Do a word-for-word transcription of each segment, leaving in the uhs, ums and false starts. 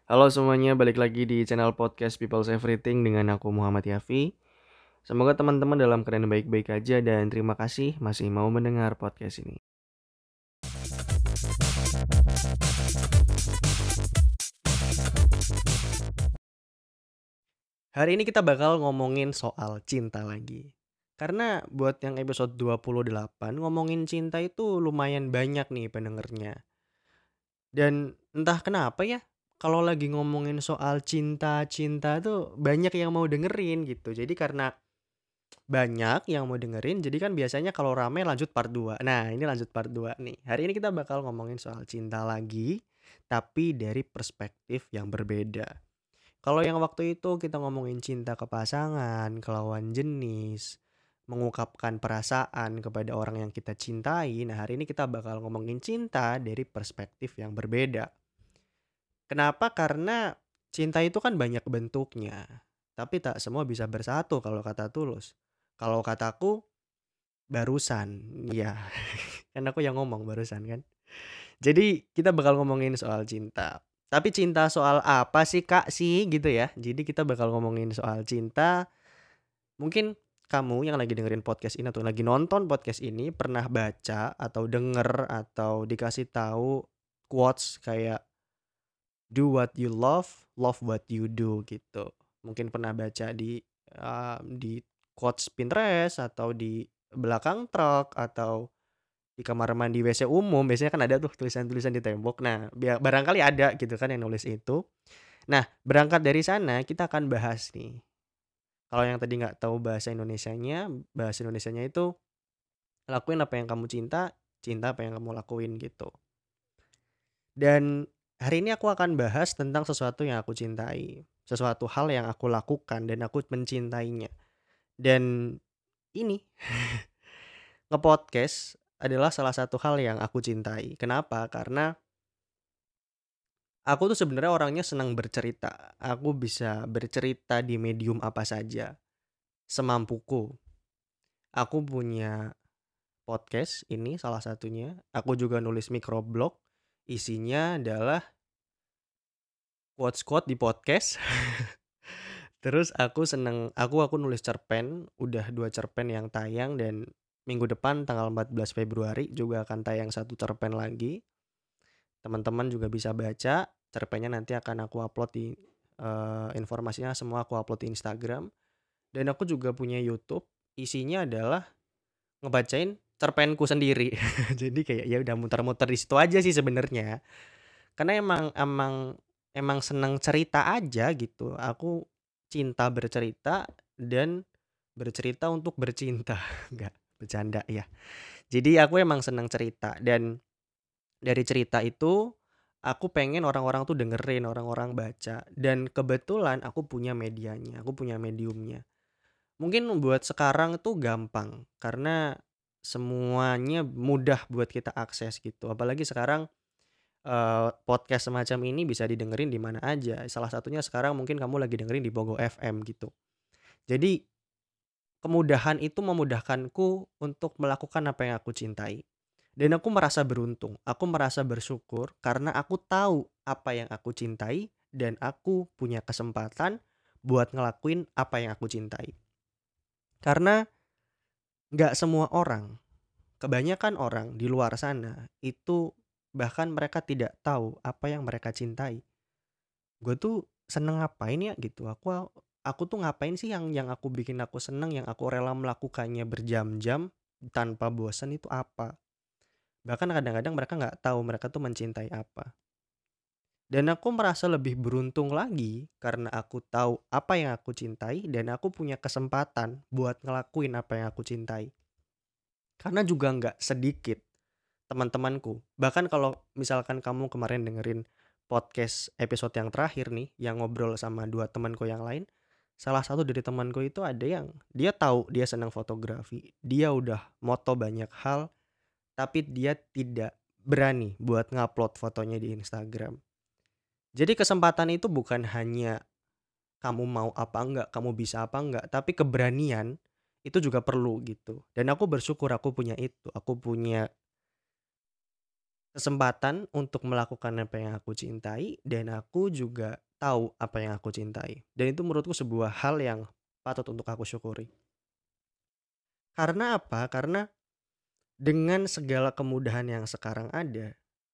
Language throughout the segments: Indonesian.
Halo semuanya, balik lagi di channel podcast People's Everything dengan aku Muhammad Yafi. Semoga teman-teman dalam keadaan baik-baik aja dan terima kasih masih mau mendengar podcast ini. Hari ini kita bakal ngomongin soal cinta lagi. Karena buat yang episode dua puluh delapan ngomongin cinta itu lumayan banyak nih pendengarnya. Dan entah kenapa ya, kalau lagi ngomongin soal cinta-cinta tuh banyak yang mau dengerin gitu. Jadi karena banyak yang mau dengerin, jadi kan biasanya kalau rame lanjut part dua. Nah, ini lanjut part dua nih. Hari ini kita bakal ngomongin soal cinta lagi, tapi dari perspektif yang berbeda. Kalau yang waktu itu kita ngomongin cinta ke pasangan, ke lawan jenis, mengungkapkan perasaan kepada orang yang kita cintai. Nah, hari ini kita bakal ngomongin cinta dari perspektif yang berbeda. Kenapa? Karena cinta itu kan banyak bentuknya, tapi tak semua bisa bersatu kalau kata Tulus. Kalau kataku barusan, iya. Kan aku yang ngomong barusan kan. Jadi kita bakal ngomongin soal cinta. Tapi cinta soal apa sih Kak sih gitu ya. Jadi kita bakal ngomongin soal cinta. Mungkin kamu yang lagi dengerin podcast ini atau lagi nonton podcast ini pernah baca atau denger atau dikasih tahu quotes kayak do what you love, love what you do gitu. Mungkin pernah baca di uh, di quotes Pinterest atau di belakang truk atau di kamar mandi W C umum. Biasanya kan ada tuh tulisan-tulisan di tembok. Nah, biar barangkali ada gitu kan yang nulis itu. Nah, berangkat dari sana kita akan bahas nih. Kalau yang tadi nggak tahu bahasa Indonesianya, bahasa Indonesianya itu lakuin apa yang kamu cinta, cinta apa yang kamu lakuin gitu. Dan hari ini aku akan bahas tentang sesuatu yang aku cintai, sesuatu hal yang aku lakukan dan aku mencintainya. Dan ini nge-podcast adalah salah satu hal yang aku cintai. Kenapa? Karena aku tuh sebenarnya orangnya senang bercerita. Aku bisa bercerita di medium apa saja, semampuku. Aku punya podcast ini salah satunya. Aku juga nulis microblog. Isinya adalah quotes-quotes di podcast. Terus aku seneng, aku aku nulis cerpen, udah dua cerpen yang tayang dan minggu depan tanggal empat belas Februari juga akan tayang satu cerpen lagi. Teman-teman juga bisa baca, cerpennya nanti akan aku upload di eh, informasinya semua aku upload di Instagram. Dan aku juga punya YouTube, isinya adalah ngebacain cerpenku sendiri. Jadi kayak ya udah muter-muter di situ aja sih sebenarnya. Karena emang emang emang seneng cerita aja gitu. Aku cinta bercerita dan bercerita untuk bercinta. Enggak, bercanda ya. Jadi aku emang seneng cerita dan dari cerita itu aku pengen orang-orang tuh dengerin, orang-orang baca dan kebetulan aku punya medianya, aku punya mediumnya. Mungkin buat sekarang tuh gampang karena semuanya mudah buat kita akses gitu. Apalagi sekarang eh, podcast semacam ini bisa didengerin di mana aja. Salah satunya sekarang mungkin kamu lagi dengerin di Pogo F M gitu. Jadi kemudahan itu memudahkanku untuk melakukan apa yang aku cintai. Dan aku merasa beruntung, aku merasa bersyukur karena aku tahu apa yang aku cintai dan aku punya kesempatan buat ngelakuin apa yang aku cintai. Karena nggak semua orang, kebanyakan orang di luar sana itu bahkan mereka tidak tahu apa yang mereka cintai. Gue tuh seneng ngapain ya gitu. Aku aku tuh ngapain sih yang yang aku bikin aku seneng, yang aku rela melakukannya berjam-jam tanpa bosan itu apa? Bahkan kadang-kadang mereka nggak tahu mereka tuh mencintai apa. Dan aku merasa lebih beruntung lagi karena aku tahu apa yang aku cintai dan aku punya kesempatan buat ngelakuin apa yang aku cintai. Karena juga nggak sedikit teman-temanku. Bahkan kalau misalkan kamu kemarin dengerin podcast episode yang terakhir nih, yang ngobrol sama dua temanku yang lain, salah satu dari temanku itu ada yang dia tahu dia senang fotografi, dia udah moto banyak hal, tapi dia tidak berani buat ngupload fotonya di Instagram. Jadi kesempatan itu bukan hanya kamu mau apa enggak, kamu bisa apa enggak, tapi keberanian itu juga perlu gitu. Dan aku bersyukur aku punya itu, aku punya kesempatan untuk melakukan apa yang aku cintai dan aku juga tahu apa yang aku cintai. Dan itu menurutku sebuah hal yang patut untuk aku syukuri. Karena apa? Karena dengan segala kemudahan yang sekarang ada,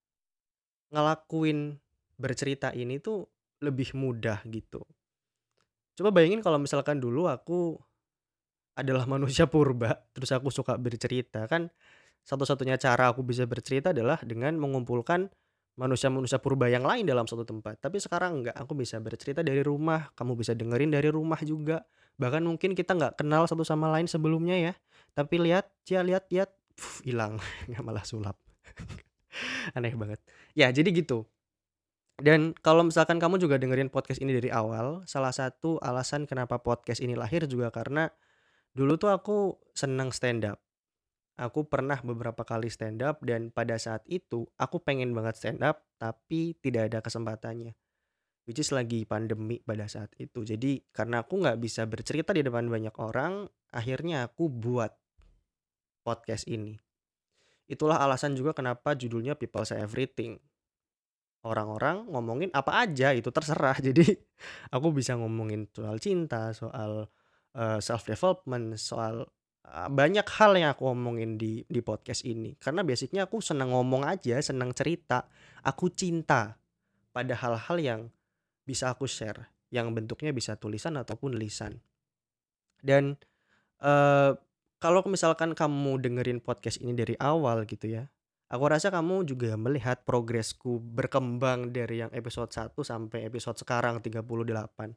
ngelakuin bercerita ini tuh lebih mudah gitu. Coba bayangin kalau misalkan dulu aku adalah manusia purba, terus aku suka bercerita, kan satu-satunya cara aku bisa bercerita adalah dengan mengumpulkan manusia-manusia purba yang lain dalam suatu tempat. Tapi sekarang enggak, aku bisa bercerita dari rumah, kamu bisa dengerin dari rumah juga. Bahkan mungkin kita nggak kenal satu sama lain sebelumnya ya. Tapi lihat, ya lihat, lihat, puf, hilang, nggak malah sulap. Aneh banget. Ya, jadi gitu. Dan kalau misalkan kamu juga dengerin podcast ini dari awal, salah satu alasan kenapa podcast ini lahir juga karena dulu tuh aku seneng stand up. Aku pernah beberapa kali stand up dan pada saat itu aku pengen banget stand up tapi tidak ada kesempatannya. Which is lagi pandemi pada saat itu. Jadi karena aku nggak bisa bercerita di depan banyak orang, akhirnya aku buat podcast ini. Itulah alasan juga kenapa judulnya People Say Everything. Orang-orang ngomongin apa aja itu terserah. Jadi aku bisa ngomongin soal cinta, soal eh, self development, soal eh, banyak hal yang aku ngomongin di di podcast ini. Karena basicnya aku senang ngomong aja, senang cerita. Aku cinta pada hal-hal yang bisa aku share, yang bentuknya bisa tulisan ataupun lisan. Dan eh kalau misalkan kamu dengerin podcast ini dari awal gitu ya, aku rasa kamu juga melihat progresku berkembang dari yang episode satu sampai episode sekarang tiga puluh delapan.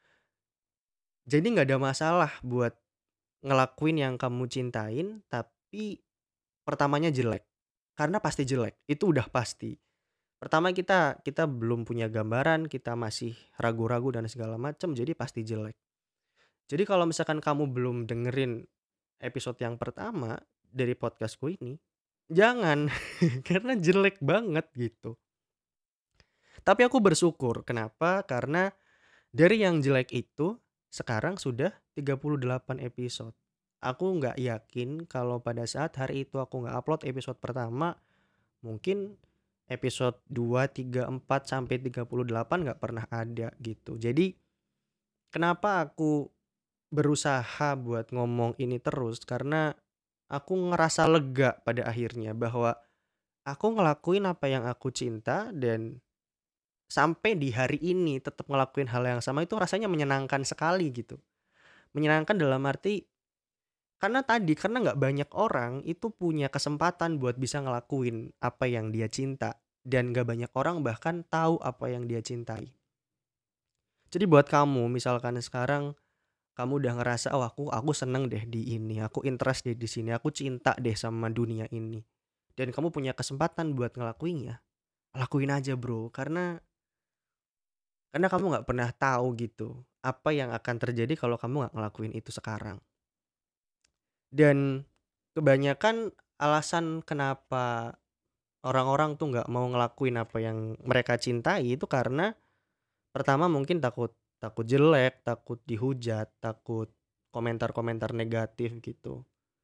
Jadi nggak ada masalah buat ngelakuin yang kamu cintain, tapi pertamanya jelek. Karena pasti jelek, itu udah pasti. Pertama kita kita belum punya gambaran, kita masih ragu-ragu dan segala macam, jadi pasti jelek. Jadi kalau misalkan kamu belum dengerin episode yang pertama dari podcastku ini, jangan, karena jelek banget gitu. Tapi aku bersyukur, kenapa? Karena dari yang jelek itu sekarang sudah tiga puluh delapan episode. Aku nggak yakin kalau pada saat hari itu aku nggak upload episode pertama, mungkin episode dua, tiga, empat sampai tiga puluh delapan nggak pernah ada gitu. Jadi kenapa aku berusaha buat ngomong ini terus? Karena aku ngerasa lega pada akhirnya bahwa aku ngelakuin apa yang aku cinta dan sampai di hari ini tetap ngelakuin hal yang sama itu rasanya menyenangkan sekali gitu. Menyenangkan dalam arti karena tadi, karena nggak banyak orang itu punya kesempatan buat bisa ngelakuin apa yang dia cinta dan nggak banyak orang bahkan tahu apa yang dia cintai. Jadi buat kamu misalkan sekarang kamu udah ngerasa, "Oh aku aku seneng deh di ini, aku interest deh di sini, aku cinta deh sama dunia ini." Dan kamu punya kesempatan buat ngelakuinnya, lakuin aja Bro, karena karena kamu nggak pernah tahu gitu, apa yang akan terjadi kalau kamu nggak ngelakuin itu sekarang. Dan kebanyakan alasan kenapa orang-orang tuh nggak mau ngelakuin apa yang mereka cintai itu karena pertama mungkin takut takut jelek, takut dihujat, takut komentar-komentar negatif gitu.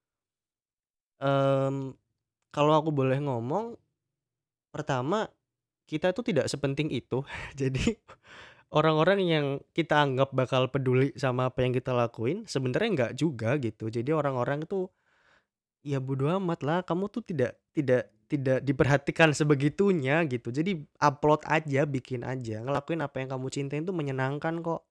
Mmm, kalau aku boleh ngomong, pertama kita tuh tidak sepenting itu. Jadi orang-orang yang kita anggap bakal peduli sama apa yang kita lakuin, sebenarnya nggak juga gitu. Jadi orang-orang itu, ya bodo amat lah, kamu tuh tidak tidak tidak diperhatikan sebegitunya gitu. Jadi upload aja, bikin aja, ngelakuin apa yang kamu cintain tuh menyenangkan kok.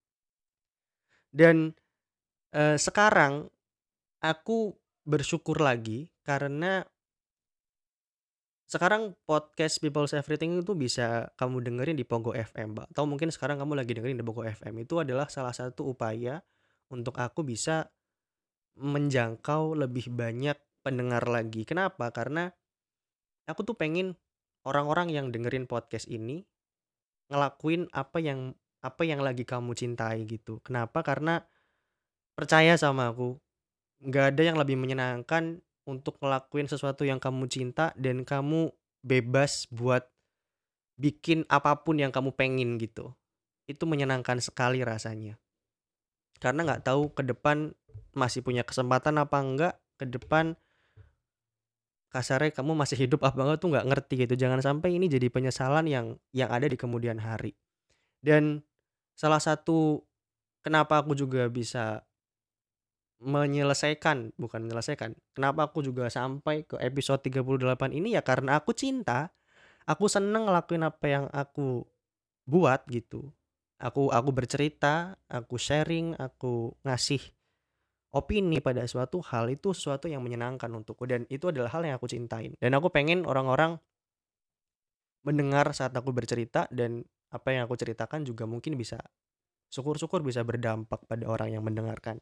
Dan, eee, sekarang aku bersyukur lagi karena sekarang podcast People's Everything itu bisa kamu dengerin di Pogo F M, Mbak, atau mungkin sekarang kamu lagi dengerin di Pogo F M. Itu adalah salah satu upaya untuk aku bisa menjangkau lebih banyak pendengar lagi. Kenapa? Karena aku tuh pengen orang-orang yang dengerin podcast ini ngelakuin apa yang apa yang lagi kamu cintai gitu. Kenapa? Karena percaya sama aku, nggak ada yang lebih menyenangkan untuk ngelakuin sesuatu yang kamu cinta dan kamu bebas buat bikin apapun yang kamu pengen gitu. Itu menyenangkan sekali rasanya. Karena nggak tahu ke depan masih punya kesempatan apa enggak, ke depan kasarnya kamu masih hidup apa enggak tuh nggak ngerti gitu. Jangan sampai ini jadi penyesalan yang yang ada di kemudian hari. Dan salah satu kenapa aku juga bisa menyelesaikan, bukan menyelesaikan, kenapa aku juga sampai ke episode tiga puluh delapan ini ya karena aku cinta, aku seneng ngelakuin apa yang aku buat gitu. Aku aku bercerita, aku sharing, aku ngasih opini pada suatu hal itu sesuatu yang menyenangkan untukku dan itu adalah hal yang aku cintain. Dan aku pengen orang-orang mendengar saat aku bercerita dan apa yang aku ceritakan juga mungkin bisa syukur-syukur bisa berdampak pada orang yang mendengarkan.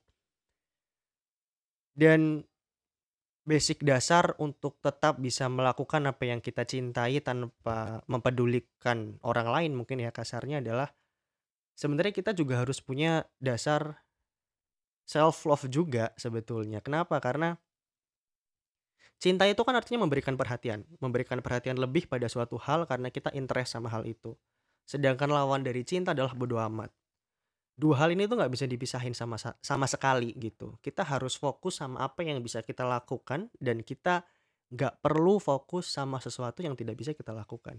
Dan basic dasar untuk tetap bisa melakukan apa yang kita cintai tanpa mempedulikan orang lain mungkin ya kasarnya adalah sebenarnya kita juga harus punya dasar self love juga sebetulnya. Kenapa? Karena cinta itu kan artinya memberikan perhatian, memberikan perhatian lebih pada suatu hal karena kita interest sama hal itu. Sedangkan lawan dari cinta adalah bodo amat. Dua hal ini tuh nggak bisa dipisahin sama sa- sama sekali gitu. Kita harus fokus sama apa yang bisa kita lakukan dan kita nggak perlu fokus sama sesuatu yang tidak bisa kita lakukan.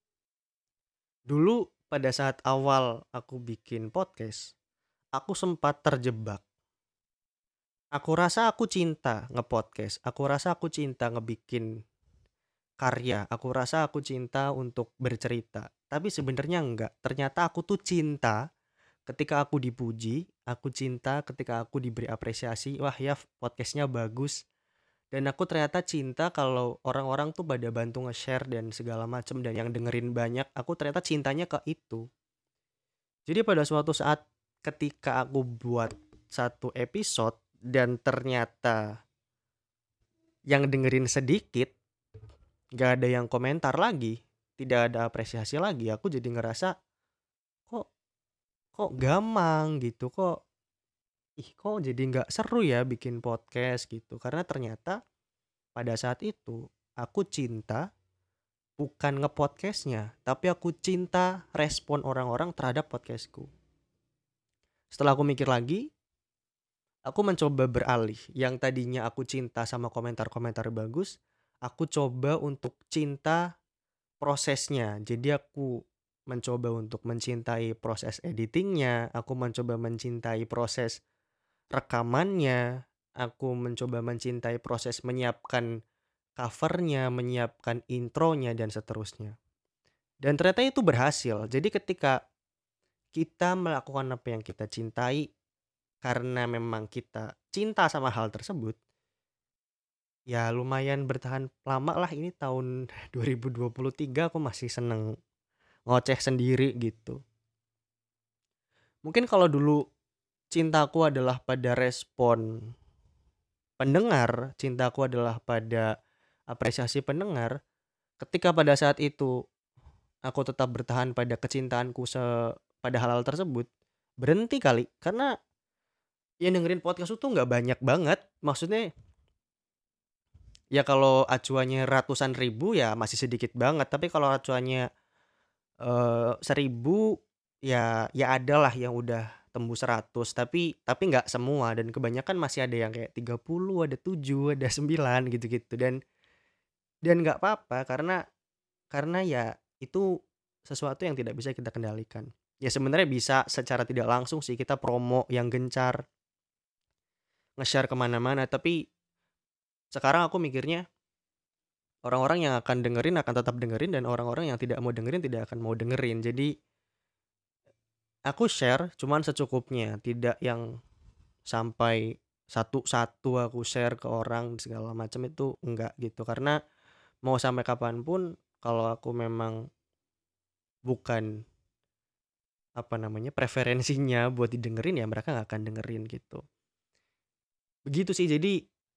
Dulu pada saat awal aku bikin podcast, aku sempat terjebak. Aku rasa aku cinta nge-podcast, aku rasa aku cinta ngebikin karya, aku rasa aku cinta untuk bercerita. Tapi sebenarnya enggak. Ternyata aku tuh cinta ketika aku dipuji, aku cinta ketika aku diberi apresiasi. Wah ya podcastnya bagus. Dan aku ternyata cinta kalau orang-orang tuh pada bantu nge-share dan segala macem dan yang dengerin banyak. Aku ternyata cintanya ke itu. Jadi pada suatu saat ketika aku buat satu episode dan ternyata yang dengerin sedikit, gak ada yang komentar lagi, tidak ada apresiasi lagi, aku jadi ngerasa kok kok gamang gitu, kok ih kok jadi nggak seru ya bikin podcast gitu. Karena ternyata pada saat itu aku cinta bukan ngepodcastnya, tapi aku cinta respon orang-orang terhadap podcastku. Setelah aku mikir lagi, aku mencoba beralih. Yang tadinya aku cinta sama komentar-komentar bagus, aku coba untuk cinta prosesnya. Jadi aku mencoba untuk mencintai proses editingnya, aku mencoba mencintai proses rekamannya, aku mencoba mencintai proses menyiapkan covernya, menyiapkan intronya dan seterusnya. Dan ternyata itu berhasil. Jadi ketika kita melakukan apa yang kita cintai karena memang kita cinta sama hal tersebut, ya lumayan bertahan lama lah ini tahun dua ribu dua puluh tiga aku masih seneng ngoceh sendiri gitu. Mungkin kalau dulu cintaku adalah pada respon pendengar, cintaku adalah pada apresiasi pendengar, ketika pada saat itu aku tetap bertahan pada kecintaanku se pada hal-hal tersebut, berhenti kali. Karena yang dengerin podcast itu nggak banyak banget. Maksudnya ya kalau acuannya ratusan ribu ya masih sedikit banget, tapi kalau acuannya Eee, seribu ya ya ada lah yang udah tembus seratus tapi tapi nggak semua dan kebanyakan masih ada yang kayak tiga puluh ada tujuh ada sembilan gitu-gitu dan dan nggak apa-apa karena karena ya itu sesuatu yang tidak bisa kita kendalikan. Ya sebenarnya bisa secara tidak langsung sih kita promo yang gencar, nge-share ke mana-mana tapi sekarang aku mikirnya orang-orang yang akan dengerin akan tetap dengerin dan orang-orang yang tidak mau dengerin tidak akan mau dengerin. Jadi aku share cuman secukupnya, tidak yang sampai satu-satu aku share ke orang segala macam itu enggak gitu. Karena mau sampai kapan pun kalau aku memang bukan apa namanya, preferensinya buat didengerin ya mereka nggak akan dengerin gitu. Begitu sih jadi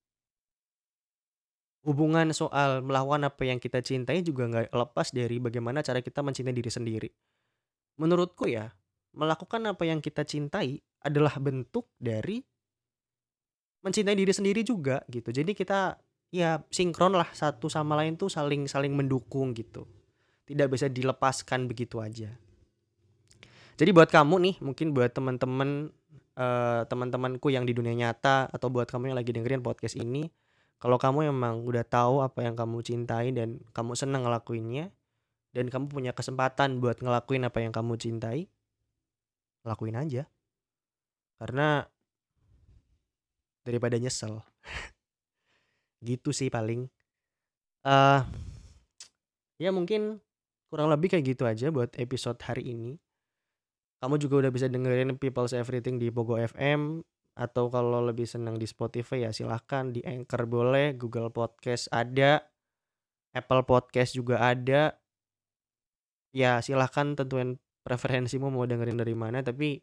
hubungan soal melakukan apa yang kita cintai juga nggak lepas dari bagaimana cara kita mencintai diri sendiri. Menurutku ya, melakukan apa yang kita cintai adalah bentuk dari mencintai diri sendiri juga gitu. Jadi kita ya sinkron lah satu sama lain tuh saling saling mendukung gitu. Tidak bisa dilepaskan begitu aja. Jadi buat kamu nih, mungkin buat teman-teman eh, teman-temanku yang di dunia nyata atau buat kamu yang lagi dengerin podcast ini, Kalau kamu emang udah tahu apa yang kamu cintai dan kamu senang ngelakuinnya, dan kamu punya kesempatan buat ngelakuin apa yang kamu cintai, lakuin aja. Karena daripada nyesel. Gitu sih paling. Eh, ya mungkin kurang lebih kayak gitu aja buat episode hari ini. Kamu juga udah bisa dengerin People's Everything di Pogo F M, atau kalau lebih senang di Spotify ya silahkan, di Anchor boleh, Google Podcast ada, Apple Podcast juga ada. Ya silahkan tentuin preferensimu mau dengerin dari mana, tapi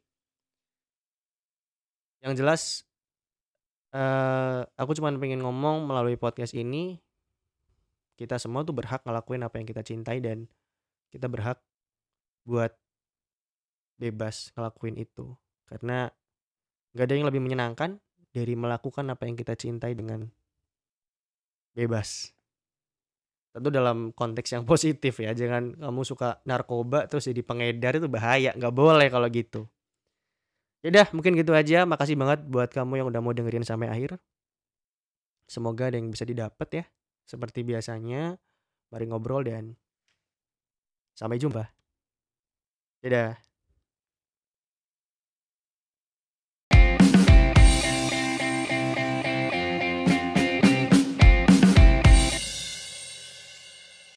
yang jelas eh aku cuma pengen ngomong melalui podcast ini, kita semua tuh berhak ngelakuin apa yang kita cintai dan kita berhak buat bebas ngelakuin itu. Karena gak ada yang lebih menyenangkan dari melakukan apa yang kita cintai dengan bebas. Tentu dalam konteks yang positif ya, jangan kamu suka narkoba terus jadi pengedar, itu bahaya, nggak boleh kalau gitu. Ya udah, mungkin gitu aja. Makasih banget buat kamu yang udah mau dengerin sampai akhir. Semoga ada yang bisa didapat ya. Seperti biasanya, mari ngobrol dan sampai jumpa. Dadah.